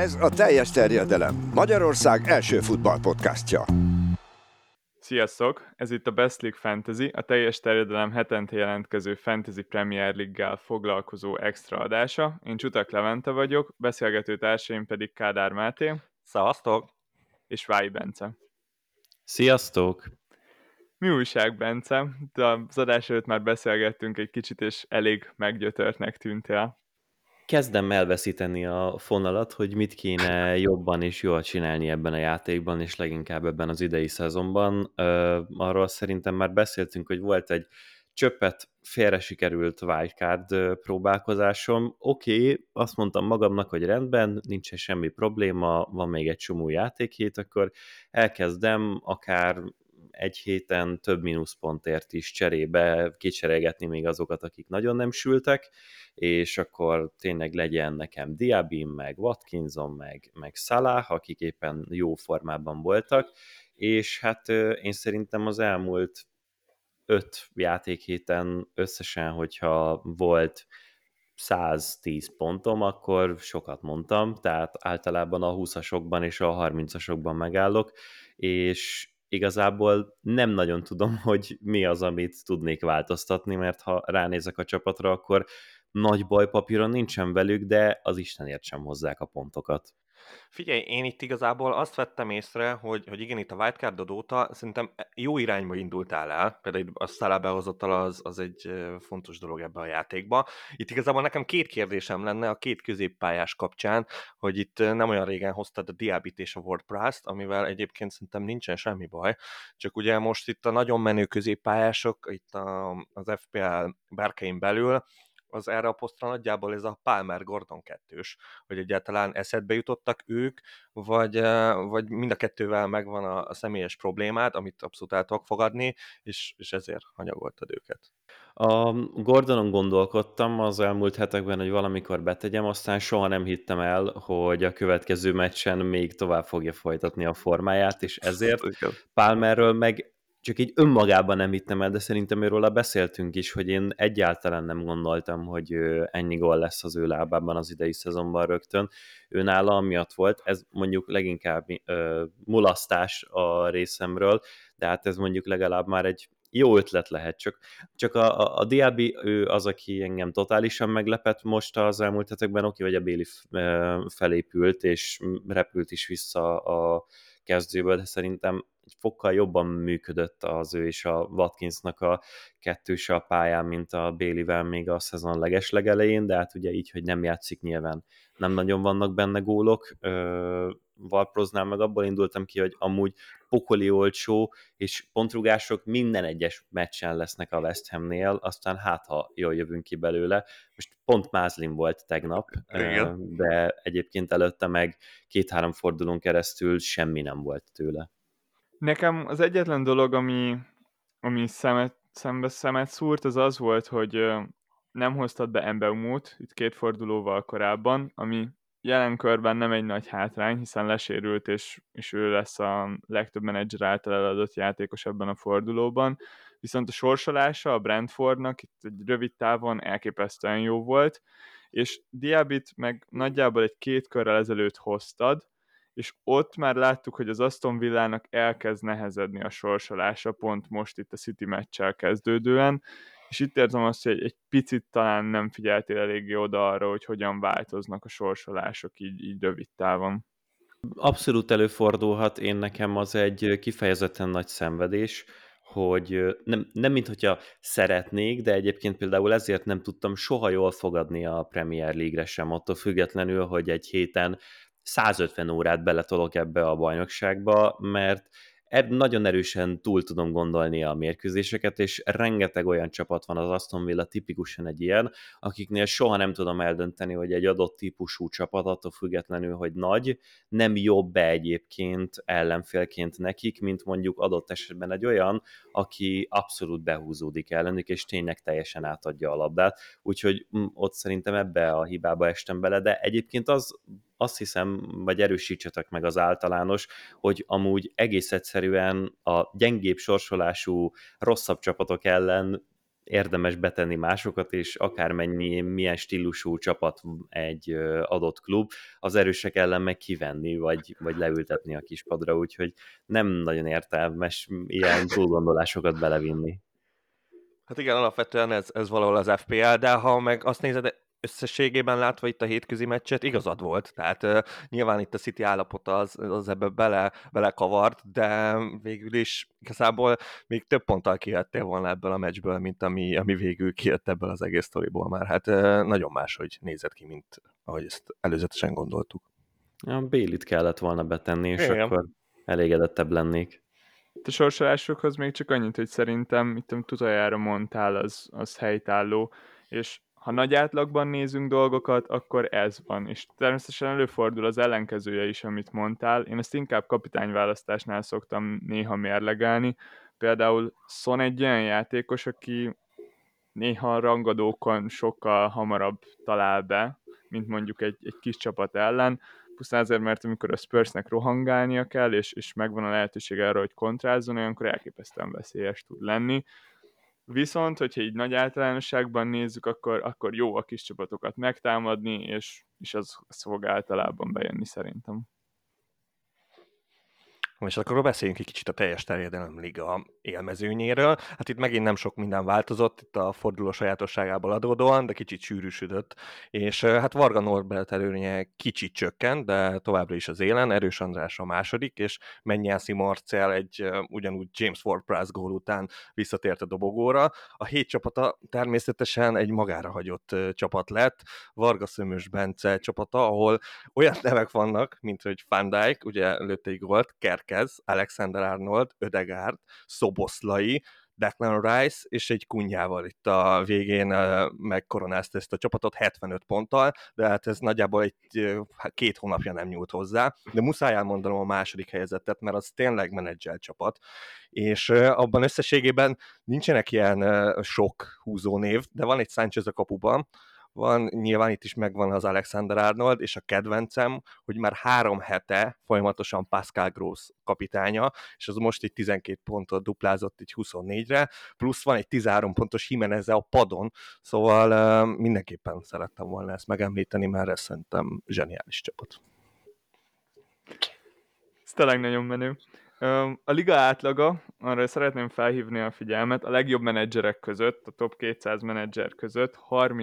Ez a Teljes Terjedelem, Magyarország első futballpodcastja. Sziasztok! Ez itt a Best League Fantasy, a Teljes Terjedelem hetente jelentkező Fantasy Premier League-gel foglalkozó extra adása. Én Csutak Levente vagyok, beszélgető társaim pedig Kádár Máté. Szevasztok! És Vályi Bence. Sziasztok! Mi újság, Bence? Az adás előtt már beszélgettünk egy kicsit, és elég meggyötörtnek tűntél. Kezdem elveszíteni a fonalat, hogy mit kéne jobban és jól csinálni ebben a játékban, és leginkább ebben az idei szezonban. Arról szerintem már beszéltünk, hogy volt egy csöppet félre sikerült wildcard próbálkozásom. Oké, azt mondtam magamnak, hogy rendben, nincsen semmi probléma, van még egy csomó játékhét, akkor elkezdem akár egy héten több mínuszpontért is cserébe kicserélgetni még azokat, akik nagyon nem és akkor tényleg legyen nekem Diaby, meg Watkinson, meg Salah, akik éppen jó formában voltak, és hát én szerintem az elmúlt 5 játékhéten összesen, hogyha volt 110 pontom, akkor sokat mondtam, tehát általában a 20-asokban és a 30-asokban megállok, és igazából nem nagyon tudom, hogy mi az, amit tudnék változtatni, mert ha ránézek a csapatra, akkor nagy baj papíron nincsen velük, de az Istenért sem hozzák a pontokat. Figyelj, én itt igazából azt vettem észre, hogy igen, itt a wildcardod óta szerintem jó irányba indultál el, például a Salah behozattal az egy fontos dolog ebbe a játékba. Itt igazából nekem két kérdésem lenne a két középpályás kapcsán, hogy itt nem olyan régen hoztad a Diabit és a WordPress-t, amivel egyébként szerintem nincsen semmi baj, csak ugye most itt a nagyon menő középpályások, itt az FPL berkein belül, az erre a posztra nagyjából ez a Palmer-Gordon kettős, hogy egyáltalán eszedbe jutottak ők, vagy mind a kettővel megvan a személyes problémád, amit abszolút el tudok fogadni, és ezért hanyagoltad őket. A Gordonon gondolkodtam az elmúlt hetekben, hogy valamikor betegyem, aztán soha nem hittem el, hogy a következő meccsen még tovább fogja folytatni a formáját, és ezért Palmerről meg csak így önmagában nem hittem el, de szerintem őről beszéltünk is, hogy én egyáltalán nem gondoltam, hogy ennyi gól lesz az ő lábában az idei szezonban rögtön. Ő nála amiatt volt, ez mondjuk leginkább mulasztás a részemről, de hát ez mondjuk legalább már egy jó ötlet lehet, csak a Diaby, ő az, aki engem totálisan meglepett most az elmúlt hetekben, oké, hogy a Bailey felépült, és repült is vissza a kezdőből, de szerintem egy fokkal jobban működött az ő és a Watkinsnak a kettőse a pályán, mint a Baileyvel még a szezon legelején, de hát ugye így, hogy nem játszik nyilván. Nem nagyon vannak benne gólok, Valproznál meg abból indultam ki, hogy amúgy pokoli olcsó, és pontrugások minden egyes meccsen lesznek a West Hamnél, aztán hát ha jól jövünk ki belőle. Most pont Mászlin volt tegnap, de egyébként előtte meg 2-3 fordulón keresztül semmi nem volt tőle. Nekem az egyetlen dolog, ami szemet szúrt, az volt, hogy nem hoztad be Mbeumót itt 2 fordulóval korábban, ami jelen körben nem egy nagy hátrány, hiszen lesérült, és ő lesz a legtöbb menedzser által eladott játékos ebben a fordulóban. Viszont a sorsolása a Brentfordnak itt egy rövid távon elképesztően jó volt, és Diabit meg nagyjából egy 2 körrel ezelőtt hoztad, és ott már láttuk, hogy az Aston Villának elkezd nehezedni a sorsolása, pont most itt a City meccsel kezdődően, és itt érzem azt, hogy egy picit talán nem figyeltél eléggé oda arra, hogy hogyan változnak a sorsolások így rövid távon. Abszolút előfordulhat, én nekem az egy kifejezetten nagy szenvedés, hogy nem mint hogyha szeretnék, de egyébként például ezért nem tudtam soha jól fogadni a Premier League-re sem, attól függetlenül, hogy egy héten 150 órát beletolok ebbe a bajnokságba, mert nagyon erősen túl tudom gondolni a mérkőzéseket, és rengeteg olyan csapat van, az Aston Villa tipikusan egy ilyen, akiknél soha nem tudom eldönteni, hogy egy adott típusú csapat, attól függetlenül, hogy nagy, nem jobb-e egyébként ellenfélként nekik, mint mondjuk adott esetben egy olyan, aki abszolút behúzódik ellenük, és tényleg teljesen átadja a labdát, úgyhogy ott szerintem ebbe a hibába estem bele, de egyébként azt hiszem, vagy erősítsetek meg az általános, hogy amúgy egész egyszerűen a gyengébb sorsolású, rosszabb csapatok ellen érdemes betenni másokat, és akármennyi, milyen stílusú csapat egy adott klub, az erősek ellen meg kivenni, vagy leültetni a kispadra, úgyhogy nem nagyon értelmes ilyen túlgondolásokat belevinni. Hát igen, alapvetően ez valahol az FPL, de ha meg azt nézed, összességében látva itt a hétközi meccset, igazad volt. Tehát nyilván itt a City állapota az ebbe belekavart, de végül is igazából még több ponttal kijöttél volna ebből a meccsből, mint ami végül kijött ebből az egész sztoriból már. Hát nagyon máshogy nézett ki, mint ahogy ezt előzetesen gondoltuk. A Bailit kellett volna betenni, és Igen. akkor elégedettebb lennék. A sorsolásokhoz még csak annyit, hogy szerintem, itt amit utoljára mondtál, az helytálló, és ha nagy átlagban nézünk dolgokat, akkor ez van, és természetesen előfordul az ellenkezője is, amit mondtál. Én ezt inkább kapitányválasztásnál szoktam néha mérlegelni. Például Son egy olyan játékos, aki néha a rangadókon sokkal hamarabb talál be, mint mondjuk egy kis csapat ellen, pusztán azért, mert amikor a Spursnek rohangálnia kell, és megvan a lehetőség arra, hogy kontrázzon, olyankor elképesztően veszélyes tud lenni. Viszont, hogyha így nagy általánosságban nézzük, akkor jó a kis csapatokat megtámadni, és az fog általában bejönni szerintem. És akkor beszéljünk egy kicsit a teljes terjedelem liga élmezőnyéről. Hát itt megint nem sok minden változott, itt a forduló sajátosságából adódóan, de kicsit sűrűsödött. És hát Varga Norbert előnye kicsit csökkent, de továbbra is az élen, Erős András a második, és Mennyászi Marcell egy ugyanúgy James Ward-Prowse gól után visszatért a dobogóra. A 7 csapata természetesen egy magára hagyott csapat lett, Varga Szömös Bence csapata, ahol olyan nevek vannak, mint hogy Van Dijk, ugye lőtt egy gólt, Kerkez, Alexander-Arnold, Ödegaard, Szoboszlai, Declan Rice, és egy kunyával itt a végén megkoronázta ezt a csapatot 75 ponttal, de hát ez nagyjából egy 2 hónapja nem nyúlt hozzá, de muszáj elmondanom a második helyezettet, mert az tényleg menedzselt csapat, és abban összességében nincsenek ilyen sok húzónév, de van egy Sánchez a kapuban, van, nyilván itt is megvan az Alexander-Arnold, és a kedvencem, hogy már 3 hete folyamatosan Pascal Gross kapitánya, és az most egy 12 pontot duplázott így 24-re, plusz van egy 13 pontos Jimenez a padon, szóval mindenképpen szerettem volna ezt megemlíteni, mert ez szerintem zseniális csapat. Ez tényleg nagyon menő. A liga átlaga, arra szeretném felhívni a figyelmet, a legjobb menedzserek között, a top 200 menedzser között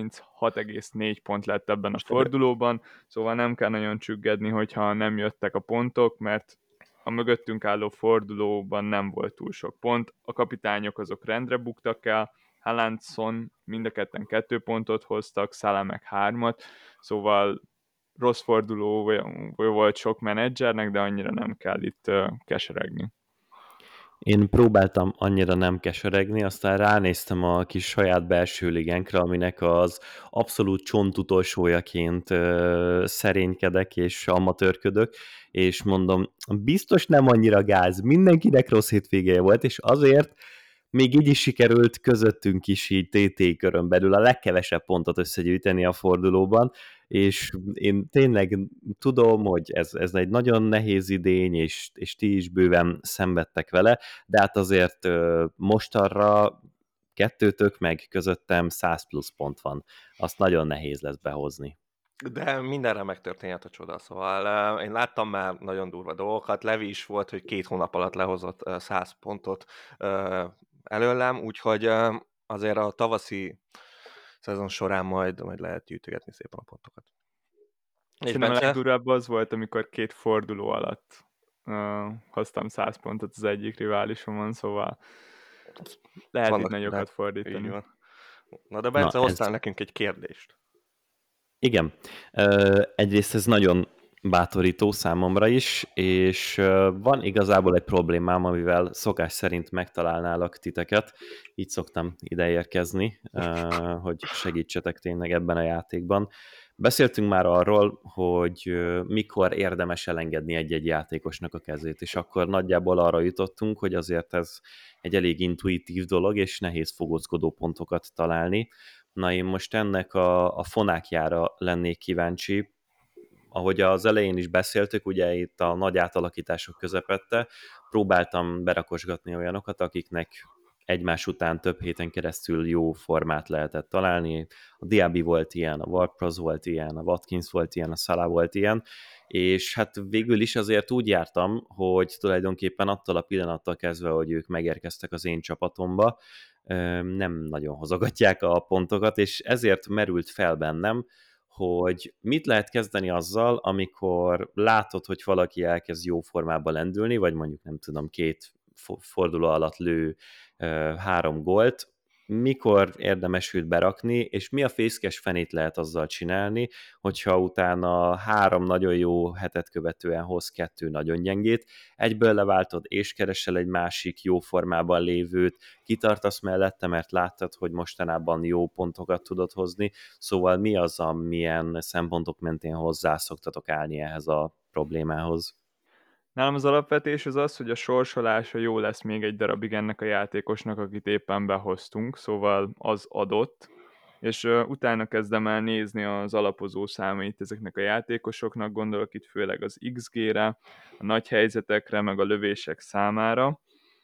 36,4 pont lett ebben a fordulóban, szóval nem kell nagyon csüggedni, hogyha nem jöttek a pontok, mert a mögöttünk álló fordulóban nem volt túl sok pont, a kapitányok azok rendre buktak el, Haaland, Son mind a ketten 2 pontot hoztak, Salah meg 3-at, szóval rossz forduló volt sok menedzsernek, de annyira nem kell itt keseregni. Én próbáltam annyira nem keseregni, aztán ránéztem a kis saját belső ligánkra, aminek az abszolút csontutolsójaként szerénykedek és amatőrködök, és mondom, biztos nem annyira gáz, mindenkinek rossz hétvégéje volt, és azért még így is sikerült közöttünk is így TT körön belül a legkevesebb pontot összegyűjteni a fordulóban, és én tényleg tudom, hogy ez egy nagyon nehéz idény, és ti is bőven szenvedtek vele, de hát azért mostanra kettőtök meg közöttem 100 plusz pont van. Azt nagyon nehéz lesz behozni. De mindenre megtörténhet a csoda, szóval én láttam már nagyon durva dolgokat, Levi is volt, hogy 2 hónap alatt lehozott 100 pontot előlem, úgyhogy azért a tavaszi szezon során majd lehet gyűjtögetni szépen a pontokat. Szerintem a legdurvább az volt, amikor 2 forduló alatt hoztam 100 pontot az egyik riválisomon, szóval lehet itt nagyokat fordítani. Na de Bence, hoztál nekünk egy kérdést. Igen. Egyrészt ez nagyon bátorító számomra is, és van igazából egy problémám, amivel szokás szerint megtalálnálak titeket. Így szoktam ideérkezni, hogy segítsetek tényleg ebben a játékban. Beszéltünk már arról, hogy mikor érdemes elengedni egy-egy játékosnak a kezét, és akkor nagyjából arra jutottunk, hogy azért ez egy elég intuitív dolog, és nehéz fogózkodó pontokat találni. Na én most ennek a fonákjára lennék kíváncsi. Ahogy az elején is beszéltük, ugye itt a nagy átalakítások közepette próbáltam berakosgatni olyanokat, akiknek egymás után több héten keresztül jó formát lehetett találni. A Diaby volt ilyen, a Ward-Prowse volt ilyen, a Watkins volt ilyen, a Salah volt ilyen, és hát végül is azért úgy jártam, hogy tulajdonképpen attól a pillanattól kezdve, hogy ők megérkeztek az én csapatomba, nem nagyon hozogatják a pontokat, és ezért merült fel bennem, hogy mit lehet kezdeni azzal, amikor látod, hogy valaki elkezd jó formában lendülni, vagy mondjuk nem tudom, 2 forduló alatt lő 3 gólt, mikor érdemes őt berakni, és mi a fészkes fenét lehet azzal csinálni, hogyha utána 3 nagyon jó hetet követően hoz 2 nagyon gyengét, egyből leváltod, és keresel egy másik jó formában lévőt, kitartasz mellette, mert láttad, hogy mostanában jó pontokat tudod hozni, szóval mi az, amilyen szempontok mentén hozzá szoktatok állni ehhez a problémához? Nálam az alapvetés az, hogy a sorsolása jó lesz még egy darabig ennek a játékosnak, akit éppen behoztunk, szóval az adott, és utána kezdem el nézni az alapozó számait ezeknek a játékosoknak, gondolok itt főleg az XG-re, a nagy helyzetekre, meg a lövések számára.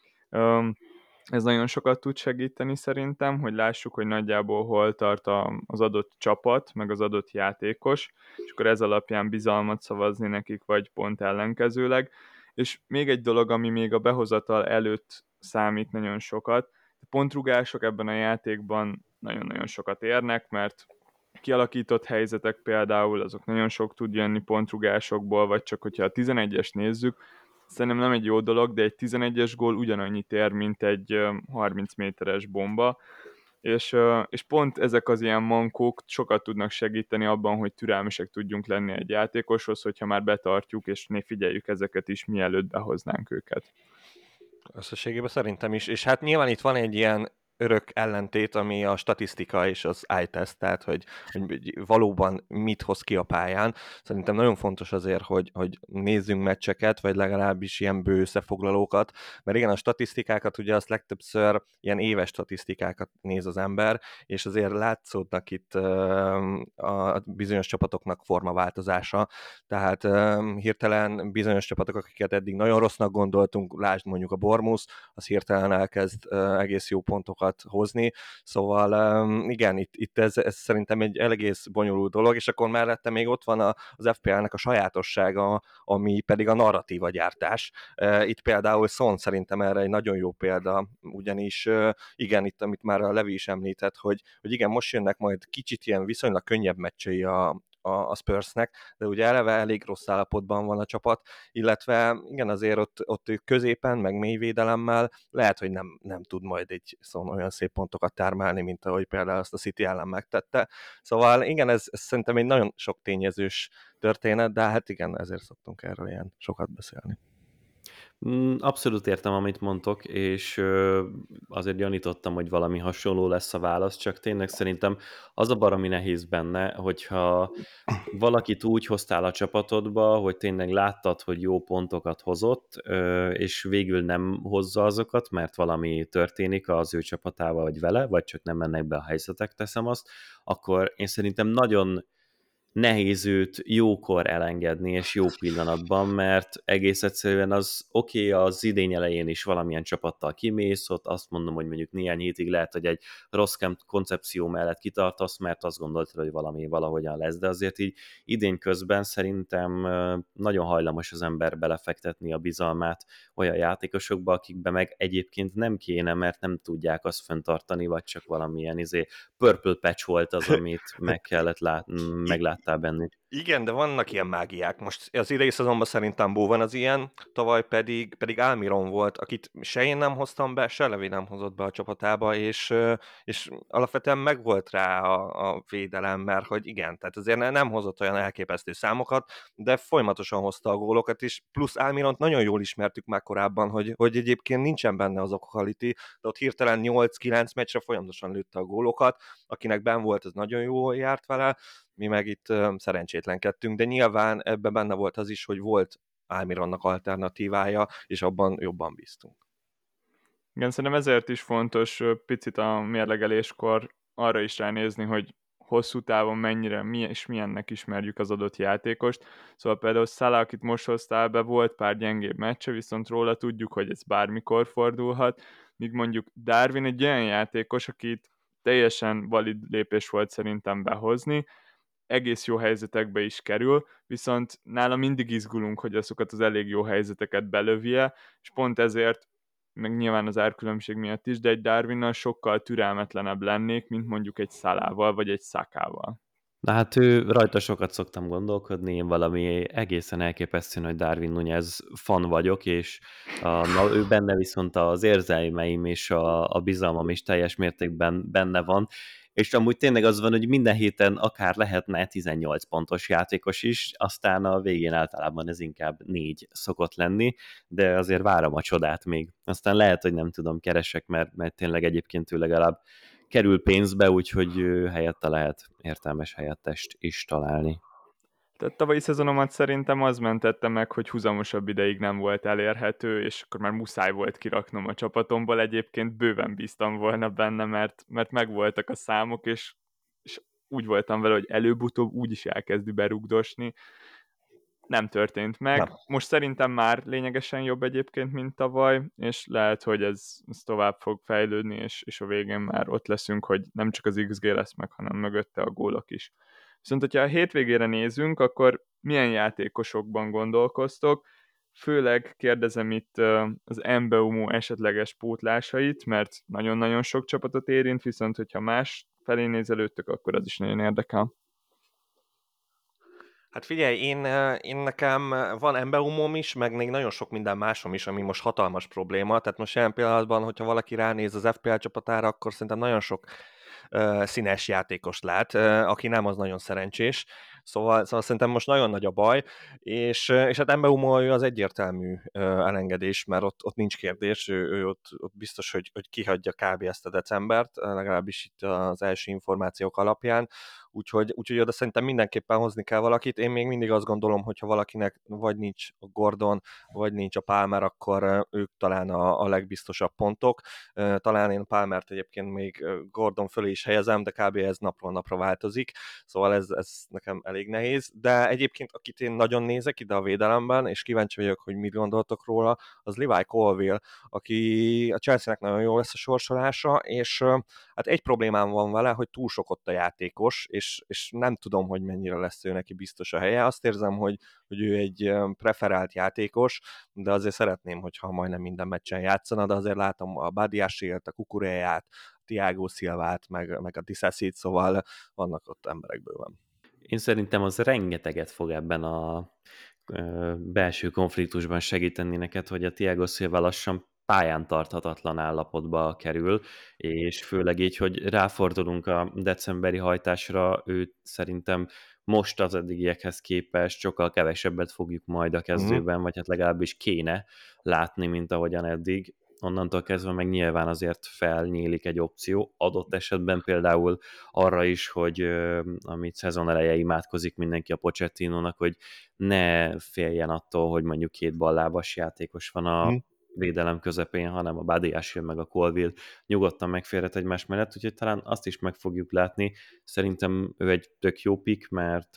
Ez nagyon sokat tud segíteni szerintem, hogy lássuk, hogy nagyjából hol tart az adott csapat, meg az adott játékos, és akkor ez alapján bizalmat szavazni nekik, vagy pont ellenkezőleg. És még egy dolog, ami még a behozatal előtt számít nagyon sokat, a pontrugások ebben a játékban nagyon-nagyon sokat érnek, mert kialakított helyzetek például, azok nagyon sok tud jönni pontrugásokból, vagy csak hogyha a 11-es nézzük, szerintem nem egy jó dolog, de egy 11-es gól ugyanannyit ér, mint egy 30 méteres bomba, és pont ezek az ilyen mankók sokat tudnak segíteni abban, hogy türelmesek tudjunk lenni egy játékoshoz, hogyha már betartjuk, és figyeljük ezeket is, mielőtt behoznánk őket. Összességében szerintem is, és hát nyilván itt van egy ilyen örök ellentét, ami a statisztika és az eye test, tehát hogy valóban mit hoz ki a pályán. Szerintem nagyon fontos azért, hogy nézzünk meccseket, vagy legalábbis ilyen bő összefoglalókat, mert igen, a statisztikákat ugye azt legtöbbször ilyen éves statisztikákat néz az ember, és azért látszódnak itt a bizonyos csapatoknak formaváltozása, tehát hirtelen bizonyos csapatok, akiket eddig nagyon rossznak gondoltunk, lásd mondjuk a Bournemouth, az hirtelen elkezd egész jó pontokat hozni, szóval igen, itt ez szerintem egy egész bonyolult dolog, és akkor mellette még ott van az FPL-nek a sajátossága, ami pedig a narratíva gyártás. Itt például Son szerintem erre egy nagyon jó példa, ugyanis igen, itt amit már a Levi is említett, hogy igen, most jönnek majd kicsit ilyen viszonylag könnyebb meccsei a Spursnek, de ugye eleve elég rossz állapotban van a csapat, illetve igen, azért ott középen, meg mélyvédelemmel lehet, hogy nem tud majd egy olyan szép pontokat termelni, mint ahogy például azt a City ellen megtette. Szóval igen, ez szerintem egy nagyon sok tényezős történet, de hát igen, ezért szoktunk erről ilyen sokat beszélni. Abszolút értem, amit mondtok, és azért gyanítottam, hogy valami hasonló lesz a válasz, csak tényleg szerintem az a baromi nehéz benne, hogyha valakit úgy hoztál a csapatodba, hogy tényleg láttad, hogy jó pontokat hozott, és végül nem hozza azokat, mert valami történik az ő csapatával, vagy vele, vagy csak nem mennek be a helyzetek, teszem azt, akkor én szerintem nagyon nehéz őt jókor elengedni, és jó pillanatban, mert egész egyszerűen az oké, az idény elején is valamilyen csapattal kimész, ott azt mondom, hogy mondjuk néhány hétig lehet, hogy egy rossz koncepció mellett kitartasz, mert azt gondoltad, hogy valami valahogyan lesz, de azért így idén közben szerintem nagyon hajlamos az ember belefektetni a bizalmát olyan játékosokba, akikbe meg egyébként nem kéne, mert nem tudják azt fenntartani, vagy csak valamilyen purple patch volt az, amit meg kellett megláttál bennük. Igen, de vannak ilyen mágiák. Most az idei szezonban szerintem Bó van az ilyen, tavaly pedig Almiron volt, akit se én nem hoztam be, se Levi nem hozott be a csapatába, és alapvetően megvolt rá a védelem, mert hogy igen, tehát azért nem hozott olyan elképesztő számokat, de folyamatosan hozta a gólokat is, plusz Almiront nagyon jól ismertük már korábban, hogy egyébként nincsen benne az quality, de ott hirtelen 8-9 meccsre folyamatosan lőtte a gólokat, akinek benn volt, az nagyon jól járt vele, mi meg itt szerencsétlenkedtünk, de nyilván ebben benne volt az is, hogy volt Almironnak alternatívája, és abban jobban bíztunk. Igen, szerintem ezért is fontos picit a mérlegeléskor arra is ránézni, hogy hosszú távon mennyire és milyennek ismerjük az adott játékost. Szóval például Salah, akit most hoztál be, volt pár gyengébb meccse, viszont róla tudjuk, hogy ez bármikor fordulhat, míg mondjuk Darwin egy olyan játékos, akit teljesen valid lépés volt szerintem behozni, egész jó helyzetekbe is kerül, viszont nála mindig izgulunk, hogy azokat az elég jó helyzeteket belövje, és pont ezért, meg nyilván az árkülönbség miatt is, de egy Darwinnal sokkal türelmetlenebb lennék, mint mondjuk egy Salával vagy egy Sakával. Na hát ő rajta sokat szoktam gondolkodni, én valami egészen elképesztő nagy Darwin Núñez fan vagyok, és ő benne viszont az érzelmeim és a bizalmam is teljes mértékben benne van, és amúgy tényleg az van, hogy minden héten akár lehetne 18 pontos játékos is, aztán a végén általában ez inkább 4 szokott lenni, de azért várom a csodát még. Aztán lehet, hogy nem tudom, keresek, mert tényleg egyébként ő legalább kerül pénzbe, úgyhogy helyette lehet értelmes helyettest is találni. Tehát tavalyi szezonomat szerintem az mentette meg, hogy húzamosabb ideig nem volt elérhető, és akkor már muszáj volt kiraknom a csapatomból. Egyébként bőven bíztam volna benne, mert megvoltak a számok, és úgy voltam vele, hogy előbb-utóbb úgy is elkezdi berugdosni. Nem történt meg. Nem. Most szerintem már lényegesen jobb egyébként, mint tavaly, és lehet, hogy ez tovább fog fejlődni, és a végén már ott leszünk, hogy nem csak az XG lesz meg, hanem mögötte a gólok is. Viszont, hogyha a hétvégére nézünk, akkor milyen játékosokban gondolkoztok? Főleg kérdezem itt az Mbeumo esetleges pótlásait, mert nagyon-nagyon sok csapatot érint, viszont hogyha más felé nézelődtök, akkor az is nagyon érdekel. Hát figyelj, én nekem van Mbeumom is, meg még nagyon sok minden másom is, ami most hatalmas probléma. Tehát most jelen pillanatban, hogyha valaki ránéz az FPL csapatára, akkor szerintem nagyon sok színes játékos lát, aki nem, az nagyon szerencsés. Szóval szerintem most nagyon nagy a baj, és hát Mbeumo az egyértelmű elengedés, mert ott nincs kérdés, ő ott biztos, hogy kihagyja kb. Ezt a decembert, legalábbis itt az első információk alapján, úgyhogy oda szerintem mindenképpen hozni kell valakit. Én még mindig azt gondolom, hogy ha valakinek vagy nincs a Gordon, vagy nincs a Palmer, akkor ők talán a legbiztosabb pontok. Talán én Palmert egyébként még Gordon fölé is helyezem, de kb. Ez napról napra változik, szóval ez nekem elég nehéz. De egyébként, akit én nagyon nézek ide a védelemben, és kíváncsi vagyok, hogy mit gondoltok róla, az Levi Colville, aki a Chelsea-nek nagyon jó lesz a sorsolása, és hát egy problémám van vele, hogy túl sok ott a játékos, és nem tudom, hogy mennyire lesz ő neki biztos a helye. Azt érzem, hogy ő egy preferált játékos, de azért szeretném, hogyha majdnem minden meccsen játszana, de azért látom a Badiashile-t, a Kukuréját, a Thiago Silvát, meg a Disassit, szóval vannak ott emberek bőven. Én szerintem az rengeteget fog ebben a belső konfliktusban segíteni neked, hogy a Thiago Silva lassan pályán tarthatatlan állapotba kerül, és főleg így, hogy ráfordulunk a decemberi hajtásra, őt szerintem most az eddigiekhez képest sokkal kevesebbet fogjuk majd a kezdőben, vagy hát legalábbis kéne látni, mint ahogyan eddig. Onnantól kezdve meg nyilván azért felnyílik egy opció, adott esetben például arra is, hogy amit szezon eleje imádkozik mindenki a Pochettinónak, hogy ne féljen attól, hogy mondjuk két ballábas játékos van a védelem közepén, hanem a Badiashile meg a Colville nyugodtan megférhet egymás mellett, úgyhogy talán azt is meg fogjuk látni. Szerintem ő egy tök jó pick, mert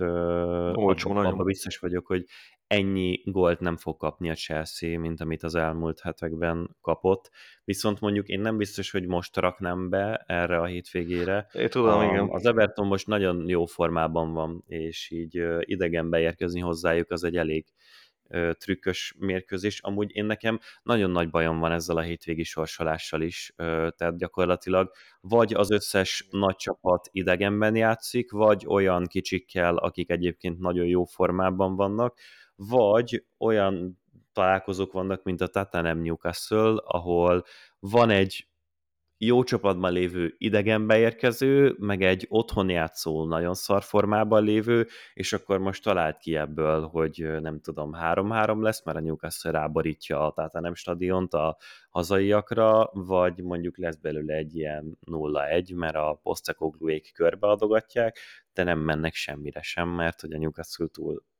abban biztos vagyok, hogy ennyi gólt nem fog kapni a Chelsea, mint amit az elmúlt hetekben kapott. Viszont mondjuk én nem biztos, hogy most raknám be erre a hétvégére. Én tudom, igen. Az Everton most nagyon jó formában van, és így idegenbe érkezni hozzájuk az egy elég trükkös mérkőzés. Amúgy én nekem nagyon nagy bajom van ezzel a hétvégi sorsolással is, tehát gyakorlatilag vagy az összes nagy csapat idegenben játszik, vagy olyan kicsikkel, akik egyébként nagyon jó formában vannak, vagy olyan találkozók vannak, mint a Tottenham Newcastle, ahol van egy jó csapatban lévő idegenbe érkező, meg egy otthon játszó, nagyon szar formában lévő, és akkor most talált ki ebből, hogy nem tudom, 3-3 lesz, mert a Newcastle ráborítja a Tottenham stadiont a hazaiakra, vagy mondjuk lesz belőle egy ilyen 0-1, mert a Postecoglouék körbeadogatják, de nem mennek semmire sem, mert hogy a Newcastle túl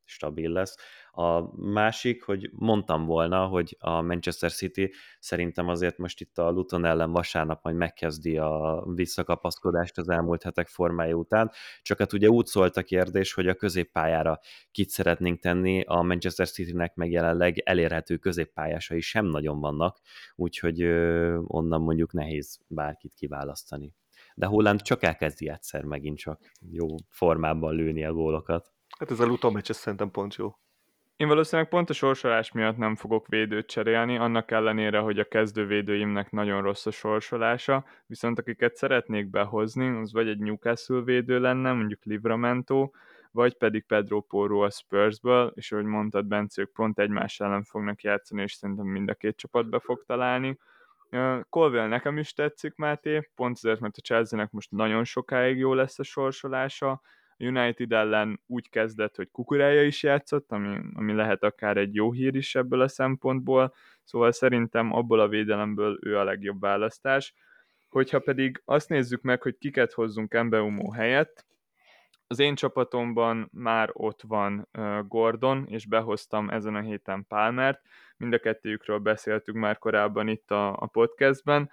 stabil lesz. A másik, hogy mondtam volna, hogy a Manchester City szerintem azért most itt a Luton ellen vasárnap majd megkezdi a visszakapaszkodást az elmúlt hetek formája után, csak hát ugye úgy szólt a kérdés, hogy a középpályára kit szeretnénk tenni, a Manchester Citynek meg jelenleg elérhető középpályásai sem nagyon vannak, úgyhogy onnan mondjuk nehéz bárkit kiválasztani. De Haaland csak elkezdi egyszer megint csak jó formában lőni a gólokat. Hát ez a Luton meccs szerintem pont jó. Én valószínűleg pont a sorsolás miatt nem fogok védőt cserélni, annak ellenére, hogy a kezdővédőimnek nagyon rossz a sorsolása, viszont akiket szeretnék behozni, az vagy egy Newcastle védő lenne, mondjuk Livramento, vagy pedig Pedro Porro a Spursből, és ahogy mondtad, Bence, ők pont egymás ellen fognak játszani, és szerintem mind a két csapat be fog találni. Colwill nekem is tetszik, Máté, pont azért, mert a Chelsea-nek most nagyon sokáig jó lesz a sorsolása. A United ellen úgy kezdett, hogy Kukureya is játszott, ami lehet akár egy jó hír is ebből a szempontból, szóval szerintem abból a védelemből ő a legjobb választás. Hogyha pedig azt nézzük meg, hogy kiket hozzunk Mbeumo helyett, az én csapatomban már ott van Gordon, és behoztam ezen a héten Palmert, mind a kettőjükről beszéltünk már korábban itt a podcastben,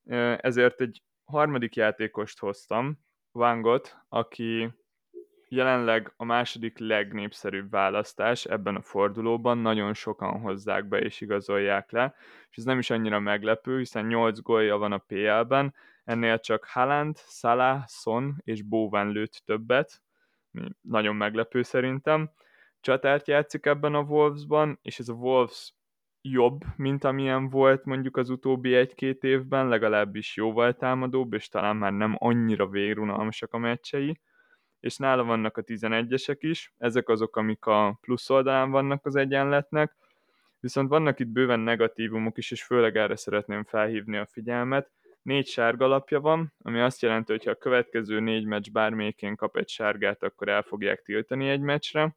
ezért egy harmadik játékost hoztam, Wangot, aki jelenleg a második legnépszerűbb választás ebben a fordulóban, nagyon sokan hozzák be és igazolják le, és ez nem is annyira meglepő, hiszen 8 gólja van a PL-ben, ennél csak Haaland, Salah, Son és Bowen lőtt többet, nagyon meglepő szerintem. Csatárt játszik ebben a Wolvesban, és ez a Wolves jobb, mint amilyen volt mondjuk az utóbbi 1-2 évben, legalábbis jóval támadóbb, és talán már nem annyira végrunalmasak a meccsei, és nála vannak a 11-esek is, ezek azok, amik a plusz oldalán vannak az egyenletnek, viszont vannak itt bőven negatívumok is, és főleg erre szeretném felhívni a figyelmet. 4 sárga lapja van, ami azt jelenti, hogy ha a következő 4 meccs bármelyikén kap egy sárgát, akkor el fogják tiltani egy meccsre.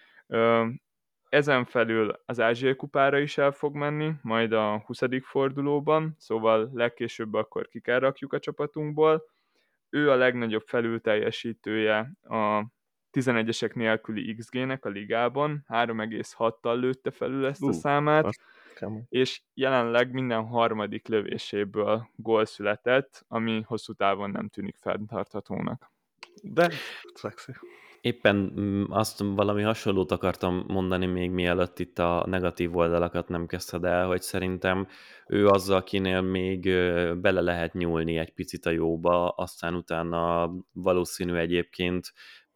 Ezen felül az Ázsiai kupára is el fog menni, majd a 20. fordulóban, szóval legkésőbb akkor ki kell rakjuk a csapatunkból. Ő a legnagyobb felülteljesítője a 11-esek nélküli XG-nek a ligában, 3,6-tal lőtte felül ezt a számát, és jelenleg minden harmadik lövéséből gól született, ami hosszú távon nem tűnik fenntarthatónak. De szexi. Éppen azt valami hasonlót akartam mondani még mielőtt itt a negatív oldalakat nem kezdted el, hogy szerintem ő az, akinél még bele lehet nyúlni egy picit a jóba, aztán utána valószínű egyébként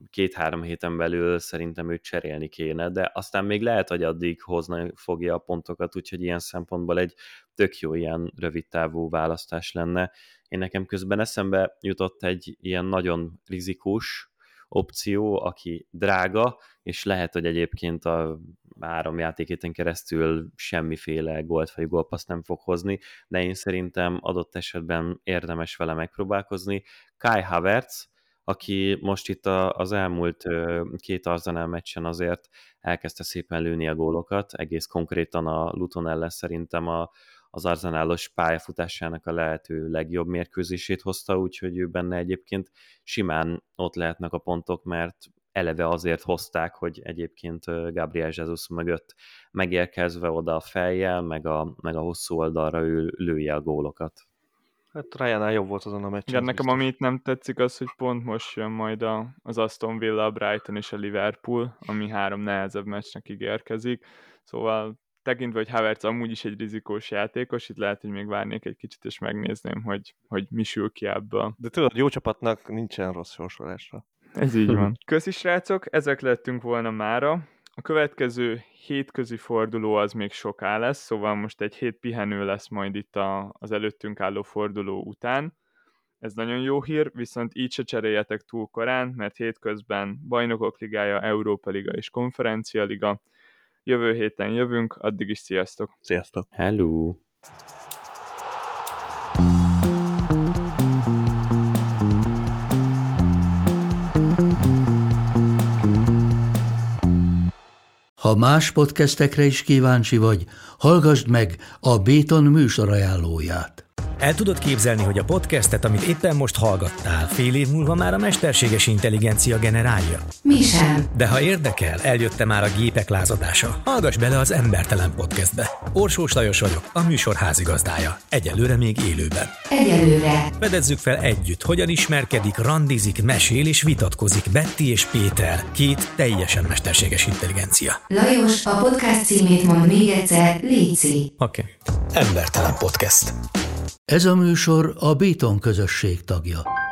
2-3 héten belül szerintem őt cserélni kéne, de aztán még lehet, hogy addig hozni fogja a pontokat, úgyhogy ilyen szempontból egy tök jó ilyen rövidtávú választás lenne. Én nekem közben eszembe jutott egy ilyen nagyon rizikós opció, aki drága, és lehet, hogy egyébként a 3 játékhéten keresztül semmiféle gólt vagy gólpaszt nem fog hozni, de én szerintem adott esetben érdemes vele megpróbálkozni. Kai Havertz, aki most itt az elmúlt 2 Arsenal meccsen azért elkezdte szépen lőni a gólokat, egész konkrétan a Luton ellen szerintem az Arsenalos pályafutásának a lehető legjobb mérkőzését hozta, úgyhogy ő benne egyébként simán ott lehetnek a pontok, mert eleve azért hozták, hogy egyébként Gabriel Jesus mögött megérkezve oda a fejjel, meg a hosszú oldalra ő lője a gólokat. Hát Ryan-nál jobb volt azon a meccsen. Igen, nekem ami itt nem tetszik az, hogy pont most jön majd az Aston Villa, a Brighton és a Liverpool, ami 3 nehezebb meccsnek ígérkezik, szóval tekintve, hogy Havertz amúgy is egy rizikós játékos, itt lehet, hogy még várnék egy kicsit, és megnézném, hogy mi sül ki ebből. De tudod, jó csapatnak nincsen rossz sorsolásra. Ez így van. Köszi srácok, ezek lettünk volna mára. A következő hétközi forduló az még soká lesz, szóval most egy hét pihenő lesz majd itt az előttünk álló forduló után. Ez nagyon jó hír, viszont így se cseréljetek túl korán, mert hétközben Bajnokok Ligája, Európa Liga és Konferencia Liga. Jövő héten jövünk, addig is sziasztok! Sziasztok! Hello! Ha más podcastekre is kíváncsi vagy, hallgassd meg a Béton műsor ajánlóját. El tudod képzelni, hogy a podcastet, amit éppen most hallgattál, fél év múlva már a mesterséges intelligencia generálja? Mi sem. De ha érdekel, eljötte már a gépek lázadása. Hallgass bele az Embertelen Podcastbe. Orsós Lajos vagyok, a műsor házigazdája. Egyelőre még élőben. Egyelőre. Fedezzük fel együtt, hogyan ismerkedik, randizik, mesél és vitatkozik Betty és Péter, két teljesen mesterséges intelligencia. Lajos, a podcast címét mond még egyszer, léci. Oké. Embertelen Podcast. Ez a műsor a Béton közösség tagja.